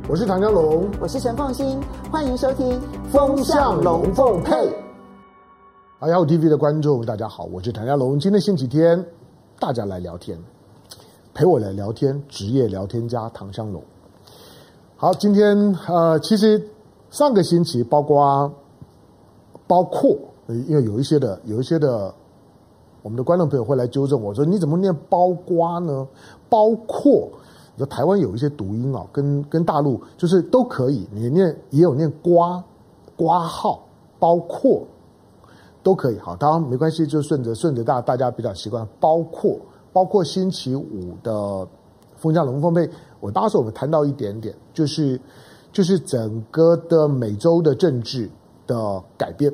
我是唐湘龙， 我是陈凤馨，欢迎收听《 风向龙凤配》。雅虎 TV 的观众，大家好，我是唐湘龙。今天星期天，大家来聊天，陪我来聊天，职业聊天家唐湘龙。好，今天其实上个星期包括，因为有一些的我们的观众朋友会来纠正我说，你怎么念包括呢？包括。台湾有一些读音跟大陆就是都可以，你念也有念刮号，包括都可以。好，当然没关系，就顺着大家比较习惯。包括星期五的风向龙凤配，我当时我们谈到一点点，就是整个的美洲的政治的改变。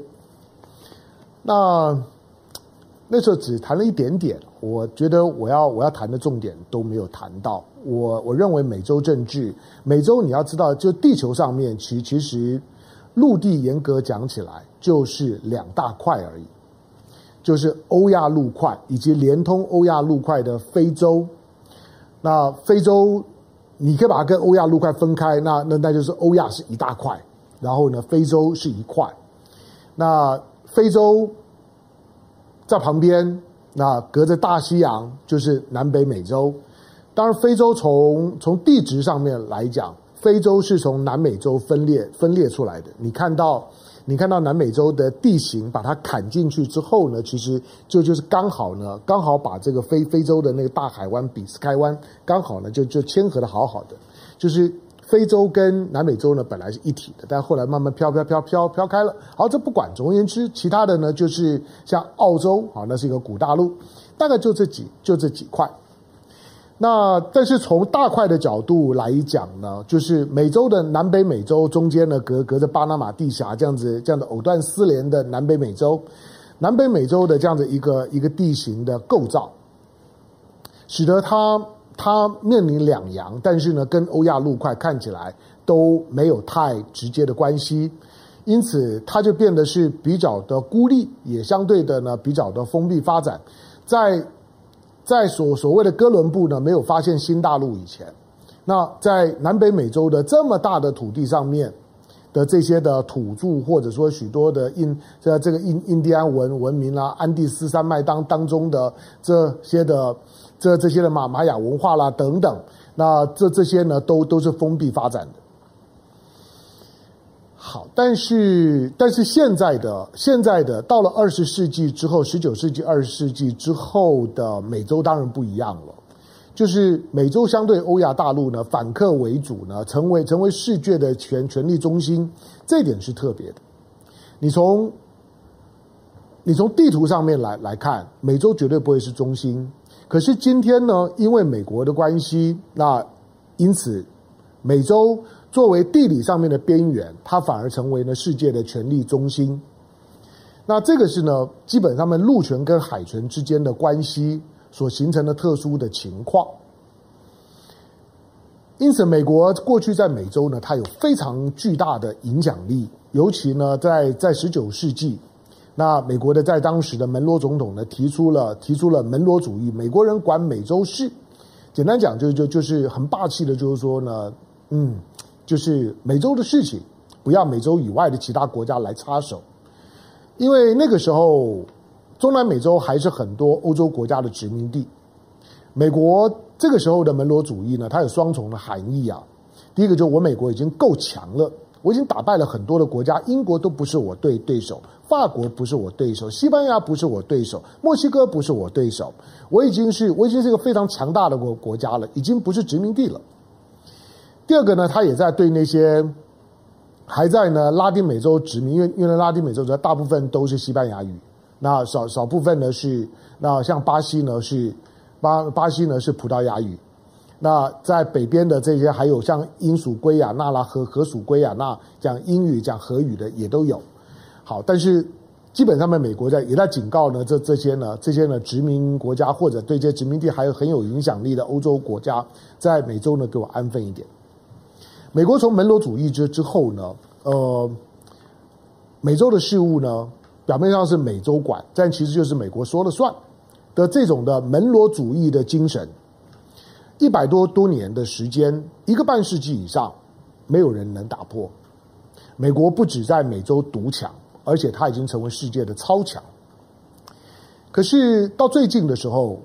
那时候只谈了一点点，我觉得我要谈的重点都没有谈到。我认为美洲政治，美洲你要知道，就地球上面其实陆地严格讲起来就是两大块而已，就是欧亚陆块以及连通欧亚陆块的非洲。那非洲你可以把它跟欧亚陆块分开，那就是欧亚是一大块，然后呢非洲是一块。那非洲在旁边，那隔着大西洋就是南北美洲。当然非洲从地质上面来讲，非洲是从南美洲分裂出来的。你看到南美洲的地形把它砍进去之后呢，其实就是刚好把这个非洲的那个大海湾比斯开湾刚好呢就牵合的好好的。就是非洲跟南美洲呢本来是一体的，但后来慢慢飘开了。好，这不管，总而言之，其他的呢就是像澳洲，好，那是一个古大陆，大概就这几块。那但是从大块的角度来讲呢，就是美洲的南北美洲中间呢隔着巴拿马地峡这样子藕断丝连的南北美洲的这样子一个地形的构造，使得它面临两洋，但是呢跟欧亚陆块看起来都没有太直接的关系，因此它就变得是比较的孤立，也相对的呢比较的封闭发展。在所谓的哥伦布呢没有发现新大陆以前，那在南北美洲的这么大的土地上面的这些的土著，或者说许多的印第安文明啦、安第斯山脉当中的这些的玛雅文化啦等等，那这些呢都是封闭发展的。好，但是现在的到了20世纪之后，19世纪、20世纪之后的美洲当然不一样了，就是美洲相对欧亚大陆呢反客为主呢，成为世界的权力中心，这一点是特别的。你从地图上面来看，美洲绝对不会是中心。可是今天呢，因为美国的关系，那因此美洲作为地理上面的边缘，它反而成为了世界的权力中心。那这个是呢，基本上面陆权跟海权之间的关系所形成的特殊的情况。因此，美国过去在美洲呢，它有非常巨大的影响力，尤其呢，在19世纪，那美国的在当时的门罗总统呢，提出了门罗主义，美国人管美洲事。简单讲，就是很霸气的，就是说呢，就是美洲的事情，不要美洲以外的其他国家来插手，因为那个时候中南美洲还是很多欧洲国家的殖民地。美国这个时候的门罗主义呢，它有双重的含义啊。第一个就是我美国已经够强了，我已经打败了很多的国家，英国都不是我对手，法国不是我对手，西班牙不是我对手，墨西哥不是我对手，我已经是一个非常强大的国家了，已经不是殖民地了。第二个呢，他也在对那些还在呢拉丁美洲殖民，因为拉丁美洲大部分都是西班牙语，那少部分呢是，那像巴西呢是葡萄牙语，那在北边的这些还有像英属圭亚那啦和属圭亚那讲英语讲荷语的也都有。好，但是基本上面美国也在警告呢这些呢殖民国家或者对这些殖民地还有很有影响力的欧洲国家，在美洲呢给我安分一点。美国从门罗主义之后呢，美洲的事务呢，表面上是美洲管，但其实就是美国说了算的这种的门罗主义的精神，100多年的时间，1个半世纪以上， 没有人能打破。美国不只在美洲独强，而且它已经成为世界的超强。可是到最近的时候，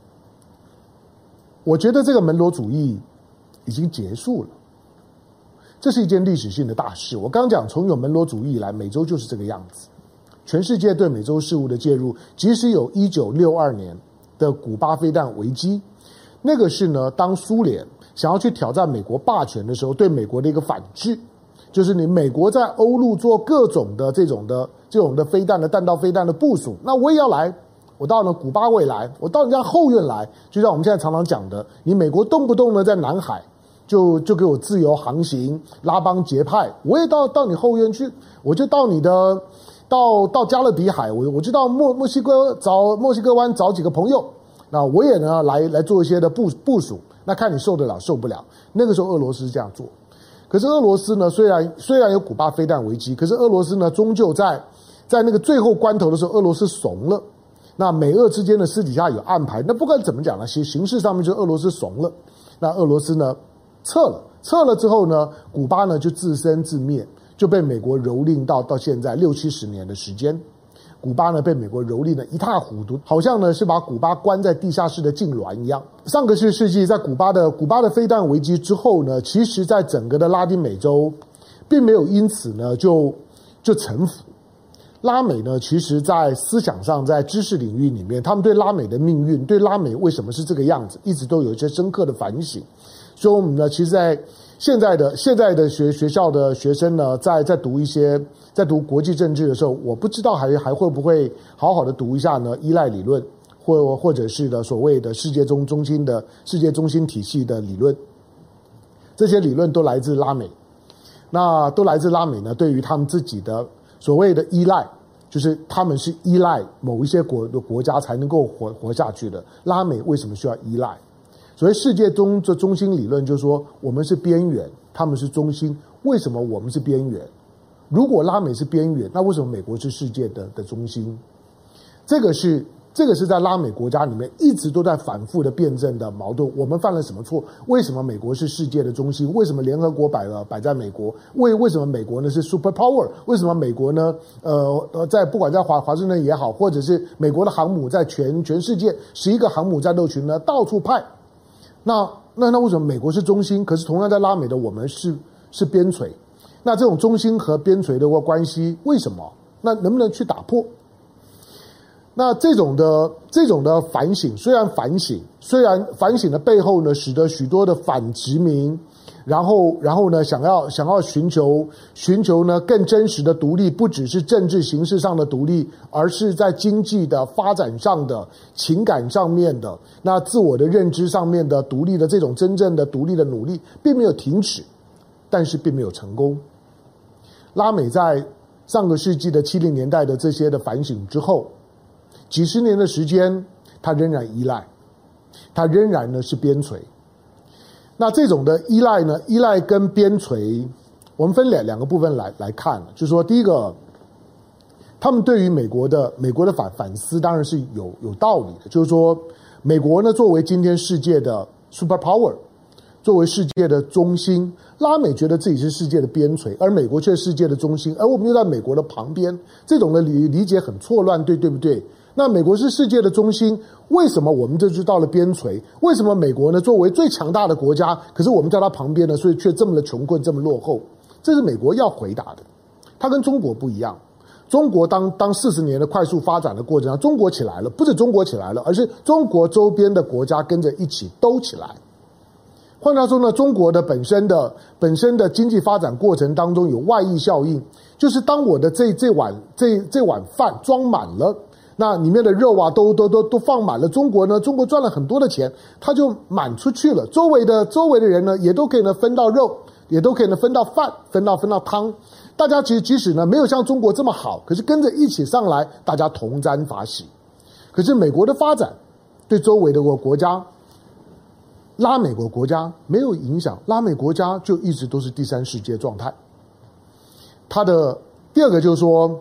我觉得这个门罗主义已经结束了，这是一件历史性的大事。我刚讲，从有门罗主义以来，美洲就是这个样子。全世界对美洲事务的介入，即使有1962年的古巴飞弹危机，那个是呢，当苏联想要去挑战美国霸权的时候，对美国的一个反制。就是你美国在欧陆做各种的这种的飞弹的弹道飞弹的部署，那我也要来，我到了古巴我也来，我到人家后院来，就像我们现在常常讲的，你美国动不动呢在南海就给我自由航行，拉帮结派，我也到你后院去，我就到你的到加勒比海，我就到墨西哥湾找几个朋友，那我也呢来做一些的部署，那看你受得了受不了。那个时候俄罗斯是这样做。可是俄罗斯呢，虽然有古巴飞弹危机，可是俄罗斯呢，终究在那个最后关头的时候，俄罗斯怂了。那美俄之间的私底下有安排，那不管怎么讲呢，形式上面就俄罗斯怂了。那俄罗斯呢撤了之后呢，古巴呢就自生自灭，就被美国蹂躏到现在60-70年的时间。古巴呢被美国蹂躏得一塌糊涂，好像呢是把古巴关在地下室的痉挛一样。上个世纪在古巴的飞弹危机之后呢，其实在整个的拉丁美洲并没有因此呢就臣服。拉美呢其实在思想上，在知识领域里面，他们对拉美的命运，对拉美为什么是这个样子，一直都有一些深刻的反省。所以我们呢其实在现在的学校的学生呢，在读国际政治的时候，我不知道还会不会好好的读一下呢依赖理论，或者是的所谓的世界中心体系的理论。这些理论都来自拉美，那都来自拉美呢，对于他们自己的所谓的依赖，就是他们是依赖某一些国家才能够活下去的。拉美为什么需要依赖？所谓世界中心理论就是说，我们是边缘，他们是中心。为什么我们是边缘？如果拉美是边缘，那为什么美国是世界的中心？这个是在拉美国家里面一直都在反复的辩证的矛盾。我们犯了什么错？为什么美国是世界的中心？为什么联合国摆在美国？为什么美国呢是 super power？ 为什么美国呢不管在华盛顿也好，或者是美国的航母在全世界11个航母战斗群呢到处派？那为什么美国是中心？可是同样在拉美的我们是边陲？那这种中心和边陲的关系为什么？那能不能去打破？那这种的反省，虽然反省的背后呢，使得许多的反殖民，然后呢，想要寻求呢更真实的独立，不只是政治形式上的独立，而是在经济的发展上的、情感上面的、那自我的认知上面的独立的这种真正的独立的努力，并没有停止，但是并没有成功。拉美在上个世纪的70年代的这些的反省之后，几十年的时间，它仍然依赖，它仍然呢是边陲。那这种的依赖呢，依赖跟边陲，我们分两个部分来看，就是说，第一个，他们对于美国的反思当然是有道理的，就是说，美国呢作为今天世界的 super power， 作为世界的中心，拉美觉得自己是世界的边陲，而美国却是世界的中心，而我们又在美国的旁边，这种的理解很错乱，对不对？那美国是世界的中心，为什么我们这就到了边陲？为什么美国呢作为最强大的国家，可是我们在它旁边呢，所以却这么的穷困，这么落后？这是美国要回答的。它跟中国不一样，中国当40年的快速发展的过程中，中国起来了，不是中国起来了，而是中国周边的国家跟着一起都起来。换句话说呢，中国的本身的经济发展过程当中有外溢效应，就是当我的这碗饭装满了，那里面的肉啊都放满了，中国赚了很多的钱，它就满出去了，周围的人呢也都可以呢分到肉，也都可以呢分到饭，分到汤。大家即使呢没有像中国这么好，可是跟着一起上来，大家同沾法喜。可是美国的发展对周围的国家，拉美国家没有影响，拉美国家就一直都是第三世界状态。它的第二个就是说，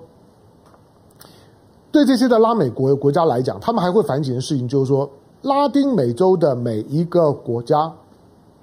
对这些的拉美国家来讲，他们还会反省的事情就是说，拉丁美洲的每一个国家，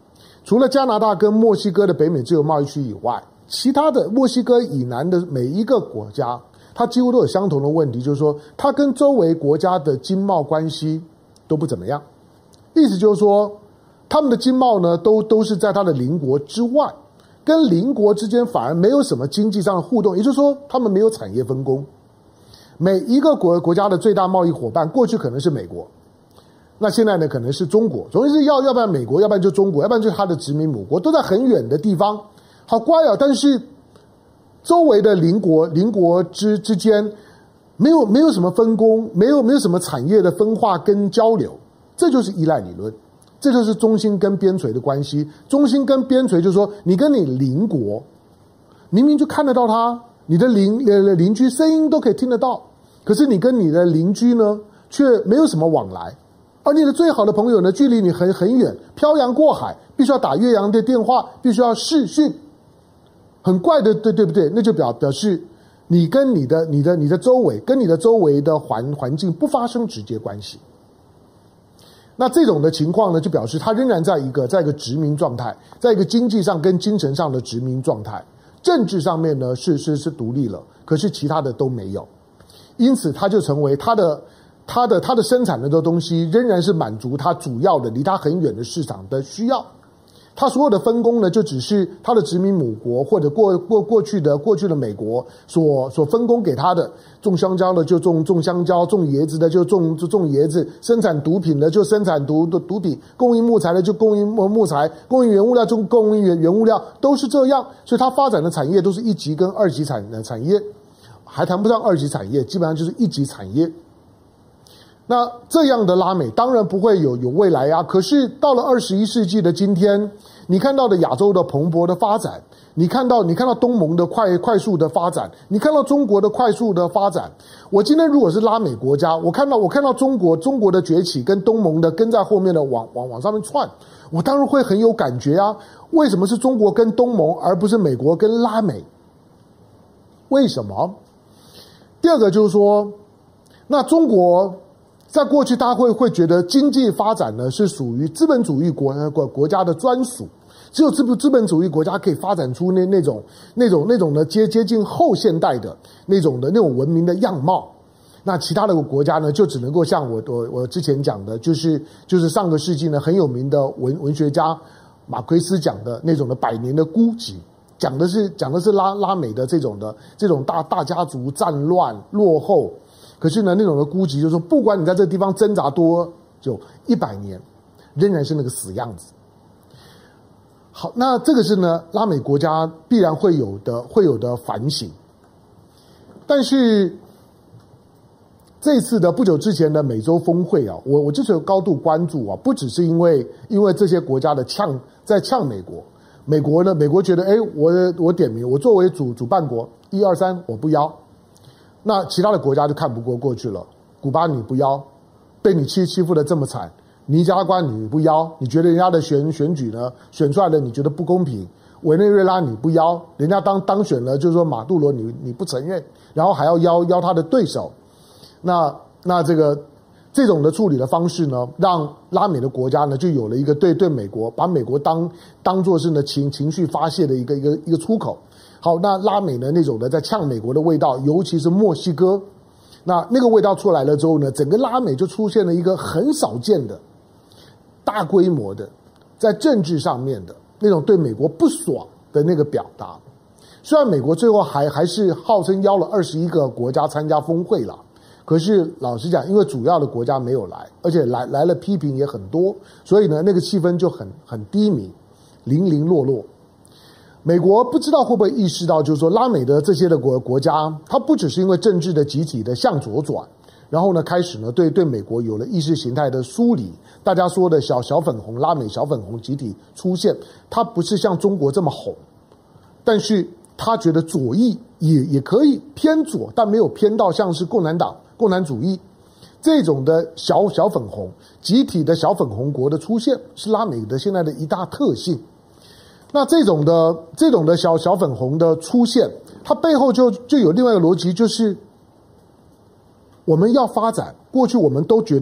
除了加拿大跟墨西哥的北美自由贸易区以外，其他的墨西哥以南的每一个国家，它几乎都有相同的问题，就是说它跟周围国家的经贸关系都不怎么样。意思就是说，他们的经贸呢都是在它的邻国之外，跟邻国之间反而没有什么经济上的互动，也就是说他们没有产业分工。每一个国家的最大贸易伙伴过去可能是美国，那现在呢可能是中国，总之是要不然美国，要不然就中国，要不然就是它的殖民母国，都在很远的地方。好乖啊，但是周围的邻国之间没有什么分工，没有什么产业的分化跟交流，这就是依赖理论，这就是中心跟边陲的关系。中心跟边陲就是说，你跟你邻国明明就看得到他，你的邻居声音都可以听得到，可是你跟你的邻居呢却没有什么往来，而你的最好的朋友呢距离你很远，漂洋过海，必须要打越洋的电话，必须要视讯，很怪的，对不对？那就表示你跟你的周围，跟你的周围的环境不发生直接关系。那这种的情况呢，就表示它仍然在一个殖民状态，在一个经济上跟精神上的殖民状态，政治上面呢是独立了，可是其他的都没有，因此它就成为它的生产的东西仍然是满足它主要的离它很远的市场的需要。它所有的分工呢，就只是它的殖民母国或者过去的美国所分工给它的，种香蕉的就种香蕉，种椰子的就种椰子，生产毒品的就生产毒品，供应木材的就供应木材，供应原物料就供应原物料，都是这样。所以它发展的产业都是一级跟二级产业，还谈不上二级产业，基本上就是一级产业。那这样的拉美当然不会有未来啊，可是到了21世纪的今天，你看到的亚洲的蓬勃的发展，你看到东盟的快速的发展，你看到中国的快速的发展。我今天如果是拉美国家，我看到中国的崛起跟东盟的跟在后面的往上面窜，我当然会很有感觉啊。为什么是中国跟东盟而不是美国跟拉美？为什么？第二个就是说，那中国在过去大家会觉得经济发展呢是属于资本主义国家的专属，只有资本主义国家可以发展出那种的接近后现代的那种文明的样貌。那其他的国家呢就只能够像我之前讲的，就是上个世纪呢很有名的文学家马奎斯讲的那种的100年的孤寂，讲的是拉美的这种大家族战乱落后。可是呢，那种的孤寂就是说，不管你在这个地方挣扎多久，100年仍然是那个死样子。好，那这个是呢，拉美国家必然会有的反省。但是这次的不久之前的美洲峰会啊，我就是有高度关注啊，不只是因为这些国家的在呛美国，美国觉得我点名，我作为主办国1、2、3我不邀。那其他的国家就看不过去了，古巴你不邀，被你欺负的这么惨，尼加拉瓜你不邀，你觉得人家的选举呢选出来的你觉得不公平，委内瑞拉你不邀，人家当选了就是说马杜罗你不承认，然后还要邀他的对手，那这种的处理的方式呢，让拉美的国家呢就有了一个对美国把美国当作是呢情绪发泄的一个出口。好，那拉美呢那种的在呛美国的味道，尤其是墨西哥，那个味道出来了之后呢，整个拉美就出现了一个很少见的大规模的在政治上面的那种对美国不爽的那个表达。虽然美国最后还是号称邀了21个国家参加峰会了，可是老实讲，因为主要的国家没有来，而且来了批评也很多，所以呢那个气氛就很低迷，零落落。美国不知道会不会意识到，就是说拉美的这些的国家，它不只是因为政治的集体的向左转，然后呢开始呢对美国有了意识形态的梳理，大家说的小粉红拉美小粉红集体出现，它不是像中国这么红，但是他觉得左翼也可以偏左，但没有偏到像是共产主义这种的小粉红集体的小粉红国的出现，是拉美的现在的一大特性。那这种的小粉红的出现，它背后就有另外一个逻辑，就是我们要发展。过去我们都觉得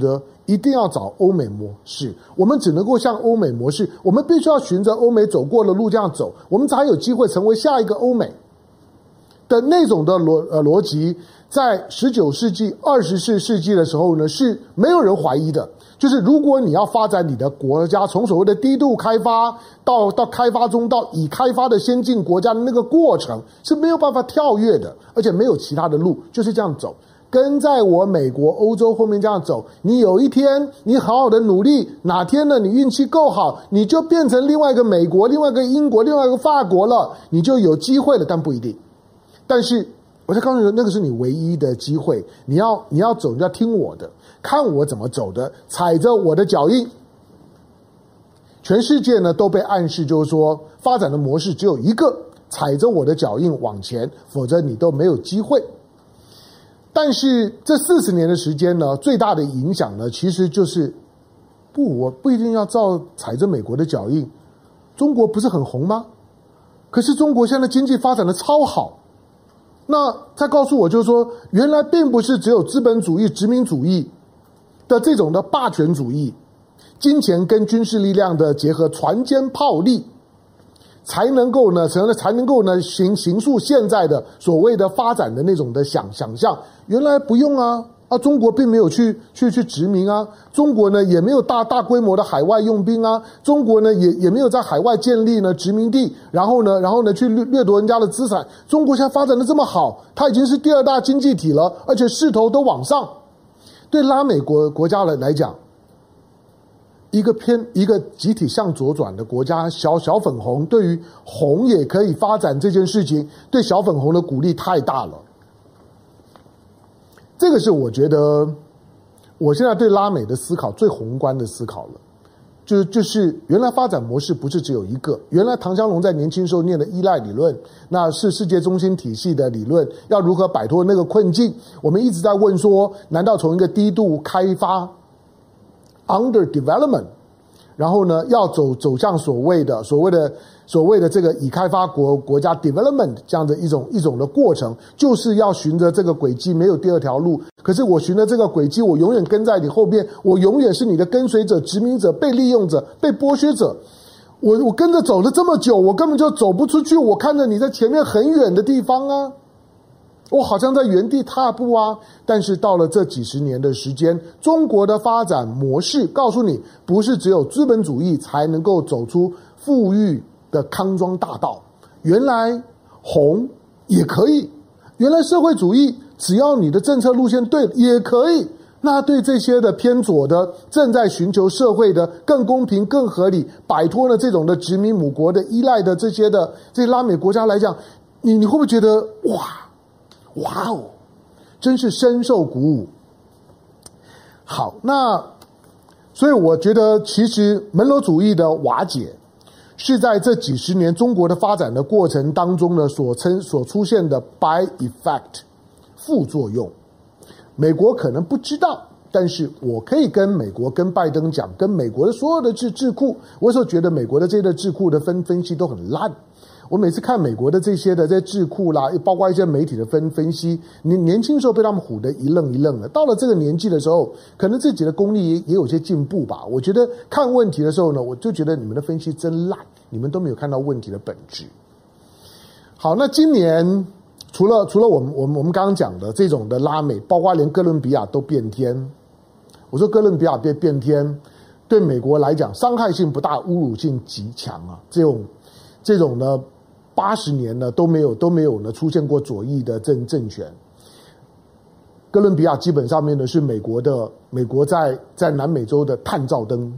一定要找欧美模式，我们只能够向欧美模式，我们必须要循着欧美走过的路这样走，我们才有机会成为下一个欧美的那种的逻辑。在19世纪、20世纪的时候呢，是没有人怀疑的。就是如果你要发展你的国家，从所谓的低度开发到开发中到已开发的先进国家的那个过程是没有办法跳跃的，而且没有其他的路，就是这样走。跟在我美国、欧洲后面这样走，你有一天你好好的努力，哪天呢你运气够好，你就变成另外一个美国、另外一个英国、另外一个法国了，你就有机会了，但不一定。但是我在告诉你，那个是你唯一的机会，你要走，你要听我的，看我怎么走的，踩着我的脚印。全世界呢都被暗示，就是说发展的模式只有一个，踩着我的脚印往前，否则你都没有机会。但是这40年的时间呢，最大的影响呢，其实就是我不一定要踩着美国的脚印。中国不是很红吗？可是中国现在经济发展的超好。那再告诉我，就是说，原来并不是只有资本主义、殖民主义的这种的霸权主义，金钱跟军事力量的结合，船坚炮利，才能够呢形塑现在的所谓的发展的那种的想象。原来不用啊，中国并没有去殖民啊，中国呢也没有大规模的海外用兵啊，中国呢也没有在海外建立呢殖民地，然后呢去掠夺人家的资产。中国现在发展的这么好，它已经是第2大经济体了，而且势头都往上。对拉美国家来讲，一个集体向左转的国家，小粉红对于红也可以发展这件事情，对小粉红的鼓励太大了。这个是我觉得我现在对拉美的思考最宏观的思考了，就是原来发展模式不是只有一个，原来唐湘龙在年轻时候念的依赖理论，那是世界中心体系的理论，要如何摆脱那个困境。我们一直在问说，难道从一个低度开发 under development， 然后呢要走向所谓的这个已开发国家 development 这样的一种的过程，就是要循着这个轨迹，没有第2条路。可是我循着这个轨迹，我永远跟在你后边，我永远是你的跟随者、殖民者、被利用者、被剥削者。我跟着走了这么久，我根本就走不出去。我看着你在前面很远的地方啊，我好像在原地踏步啊。但是到了这几十年的时间，中国的发展模式告诉你，不是只有资本主义才能够走出富裕的康庄大道，原来红也可以，原来社会主义只要你的政策路线对也可以。那对这些的偏左的正在寻求社会的更公平更合理，摆脱了这种的殖民母国的依赖的这些拉美国家来讲，你会不会觉得哇哦，真是深受鼓舞。好，那所以我觉得其实门罗主义的瓦解是在这几十年中国的发展的过程当中呢所出现的 by effect 副作用。美国可能不知道，但是我可以跟美国跟拜登讲，跟美国的所有的智库，我有时候觉得美国的这些的智库的分析都很烂。我每次看美国的这些智库啦，包括一些媒体的分析，你年轻时候被他们唬得一愣一愣的，到了这个年纪的时候，可能自己的功力也有些进步吧。我觉得看问题的时候呢，我就觉得你们的分析真烂，你们都没有看到问题的本质。好，那今年除了我们刚刚讲的这种的拉美，包括连哥伦比亚都变天。我说哥伦比亚变天，对美国来讲伤害性不大，侮辱性极强啊！这种呢，80年呢都没有呢出现过左翼的政权。哥伦比亚基本上面呢是美国在南美洲的探照灯，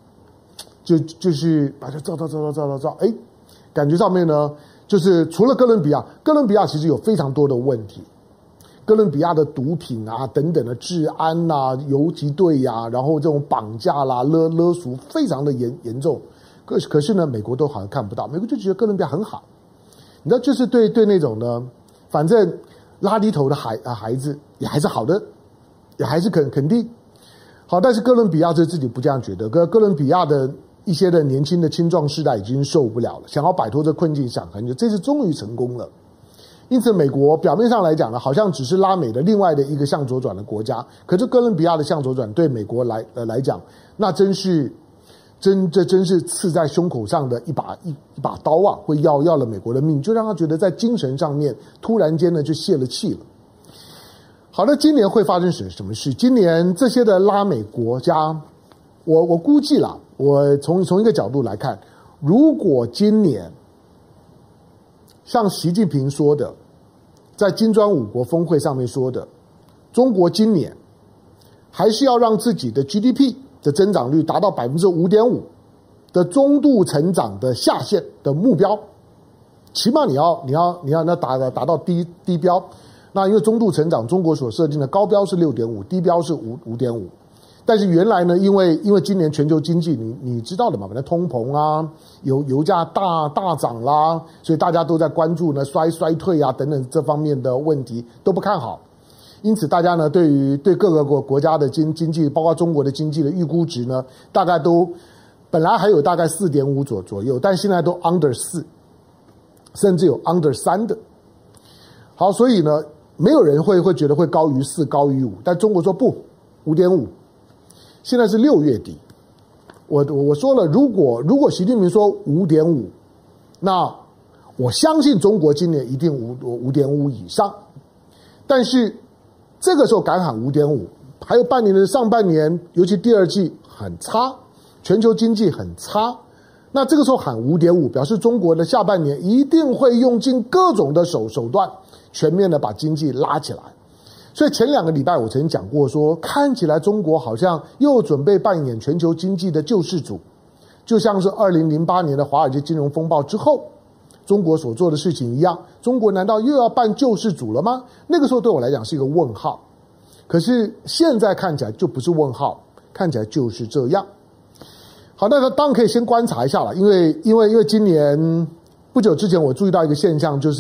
就是把它照，哎，感觉上面呢。就是除了哥伦比亚其实有非常多的问题，哥伦比亚的毒品啊等等的治安啊、游击队啊，然后这种绑架啦、勒赎非常的严重。可是呢，美国都好像看不到，美国就觉得哥伦比亚很好，你知道，就是对那种呢，反正拉低头的孩子也还是好的，也还是肯定好，但是哥伦比亚就自己不这样觉得，哥伦比亚的。一些的年轻的青壮世代已经受不了了，想要摆脱这困境，想很久，这次终于成功了。 因此美国表面上来讲呢，好像只是拉美的另外的一个向左转的国家，可是哥伦比亚的向左转对美国来讲，那真是刺在胸口上的一把刀啊，会要了美国的命，就让他觉得在精神上面突然间呢就泄了气了。好的，今年会发生什么事？今年这些的拉美国家，我估计啦，我从一个角度来看，如果今年像习近平说的，在金砖五国峰会上面说的，中国今年还是要让自己的 GDP 的增长率达到 5.5% 的中度成长的下限的目标，起码你要达到低标。那因为中度成长，中国所设定的高标是 6.5%， 低标是 5.5%。但是原来呢，因为今年全球经济你知道的嘛，反正通膨啊，油价大涨啦，所以大家都在关注呢衰退啊等等这方面的问题都不看好。因此大家呢对各个国家的经济，包括中国的经济的预估值呢，大概都本来还有大概 4.5 左右，但现在都 under 4，甚至有 under 3的。好，所以呢没有人会觉得会高于4高于5，但中国说不 5.5。现在是6月底，我说了，如果习近平说 5.5， 那我相信中国今年一定 5.5 以上。但是这个时候敢喊 5.5， 还有半年的上半年，尤其第二季很差，全球经济很差，那这个时候喊 5.5， 表示中国的下半年一定会用尽各种的手段，全面的把经济拉起来。所以前2个礼拜我曾经讲过说，看起来中国好像又准备扮演全球经济的救世主，就像是2008年的华尔街金融风暴之后中国所做的事情一样，中国难道又要扮救世主了吗？那个时候对我来讲是一个问号，可是现在看起来就不是问号，看起来就是这样。好，那当然可以先观察一下了，因为今年不久之前我注意到一个现象，就是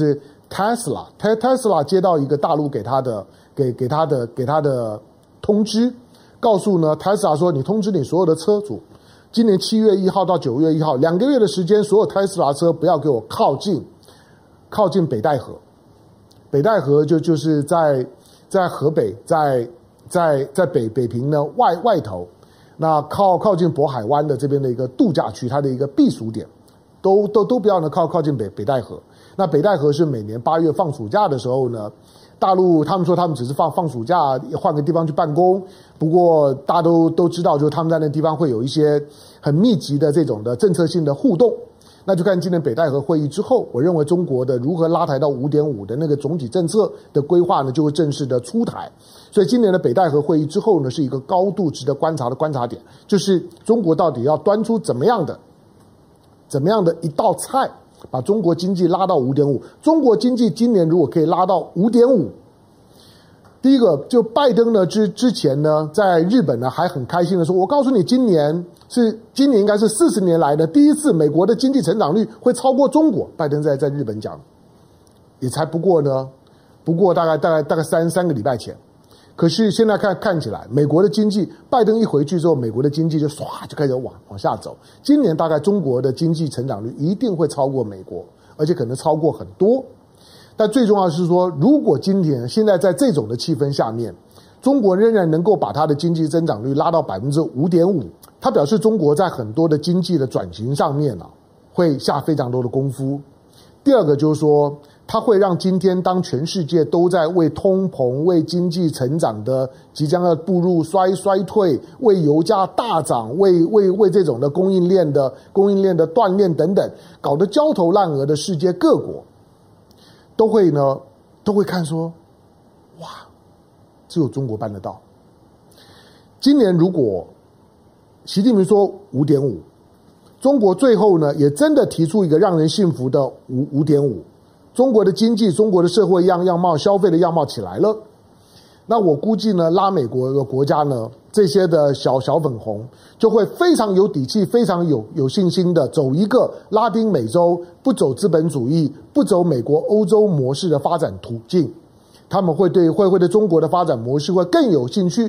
Tesla 接到一个大陆给他的通知，告诉呢 Tesla 说，你通知你所有的车主，今年7月1号到9月1号2个月的时间，所有 Tesla 车不要给我靠近北戴河。北戴河就是在河北，在北平呢外头，那靠近渤海湾的这边的一个度假区，它的一个避暑点，都不要呢靠近北戴河。那北戴河是每年8月放暑假的时候呢，大陆他们说他们只是放暑假，换个地方去办公。不过大家都知道，就是他们在那地方会有一些很密集的这种的政策性的互动。那就看今年北戴河会议之后，我认为中国的如何拉抬到 5.5 的那个总体政策的规划呢，就会正式的出台。所以今年的北戴河会议之后呢，是一个高度值得观察的观察点，就是中国到底要端出怎么样的一道菜，把中国经济拉到 5.5。 中国经济今年如果可以拉到 5.5， 第一个就拜登呢之前呢在日本呢还很开心的说，我告诉你今年应该是40年来的第一次美国的经济成长率会超过中国。拜登在日本讲，也才不过大概三个礼拜前。可是现在看起来，美国的经济，拜登一回去之后，美国的经济就唰就开始往下走。今年大概中国的经济成长率一定会超过美国，而且可能超过很多。但最重要的是说，如果今年现在在这种的气氛下面，中国仍然能够把它的经济增长率拉到 5.5%， 它表示中国在很多的经济的转型上面会下非常多的功夫。第二个就是说，它会让今天当全世界都在为通膨、为经济成长的即将要步入衰退、为油价大涨、为这种的供应链的断裂等等搞得焦头烂额的世界各国，都会看说，哇，只有中国办得到。今年如果习近平说 5.5， 中国最后呢也真的提出一个让人信服的 5.5， 中国的经济、中国的社会样貌、消费的样貌起来了，那我估计呢，拉美国家呢这些的小粉红就会非常有底气、非常有信心的走一个拉丁美洲不走资本主义、不走美国欧洲模式的发展途径，他们会对中国的发展模式会更有兴趣。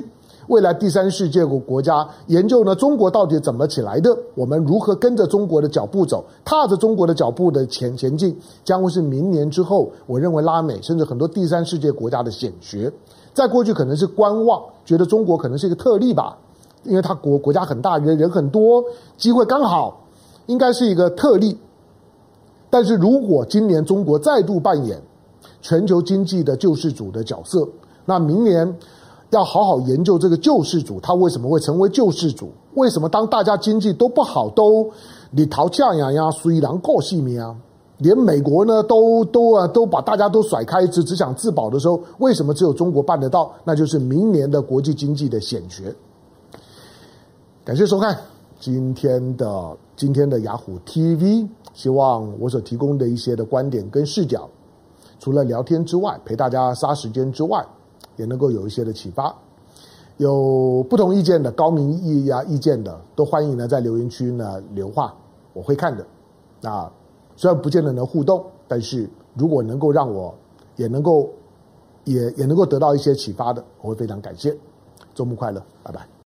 未来第三世界国家研究呢中国到底怎么起来的，我们如何跟着中国的脚步走，踏着中国的脚步的前进，将会是明年之后我认为拉美甚至很多第三世界国家的显学。在过去可能是观望，觉得中国可能是一个特例吧，因为它国家很大，人很多，机会刚好，应该是一个特例。但是如果今年中国再度扮演全球经济的救世主的角色，那明年要好好研究这个救世主他为什么会成为救世主，为什么当大家经济都不好，都你逃架呀虽然够细命啊，连美国呢都把大家都甩开，只想自保的时候，为什么只有中国办得到？那就是明年的国际经济的显学。感谢收看今天的雅虎 TV， 希望我所提供的一些的观点跟视角，除了聊天之外，陪大家杀时间之外，也能够有一些的启发。有不同意见的、高明意见的，都欢迎呢在留言区呢留话，我会看的。那虽然不见得能互动，但是如果能够让我也能够得到一些启发的，我会非常感谢。周末快乐，拜拜。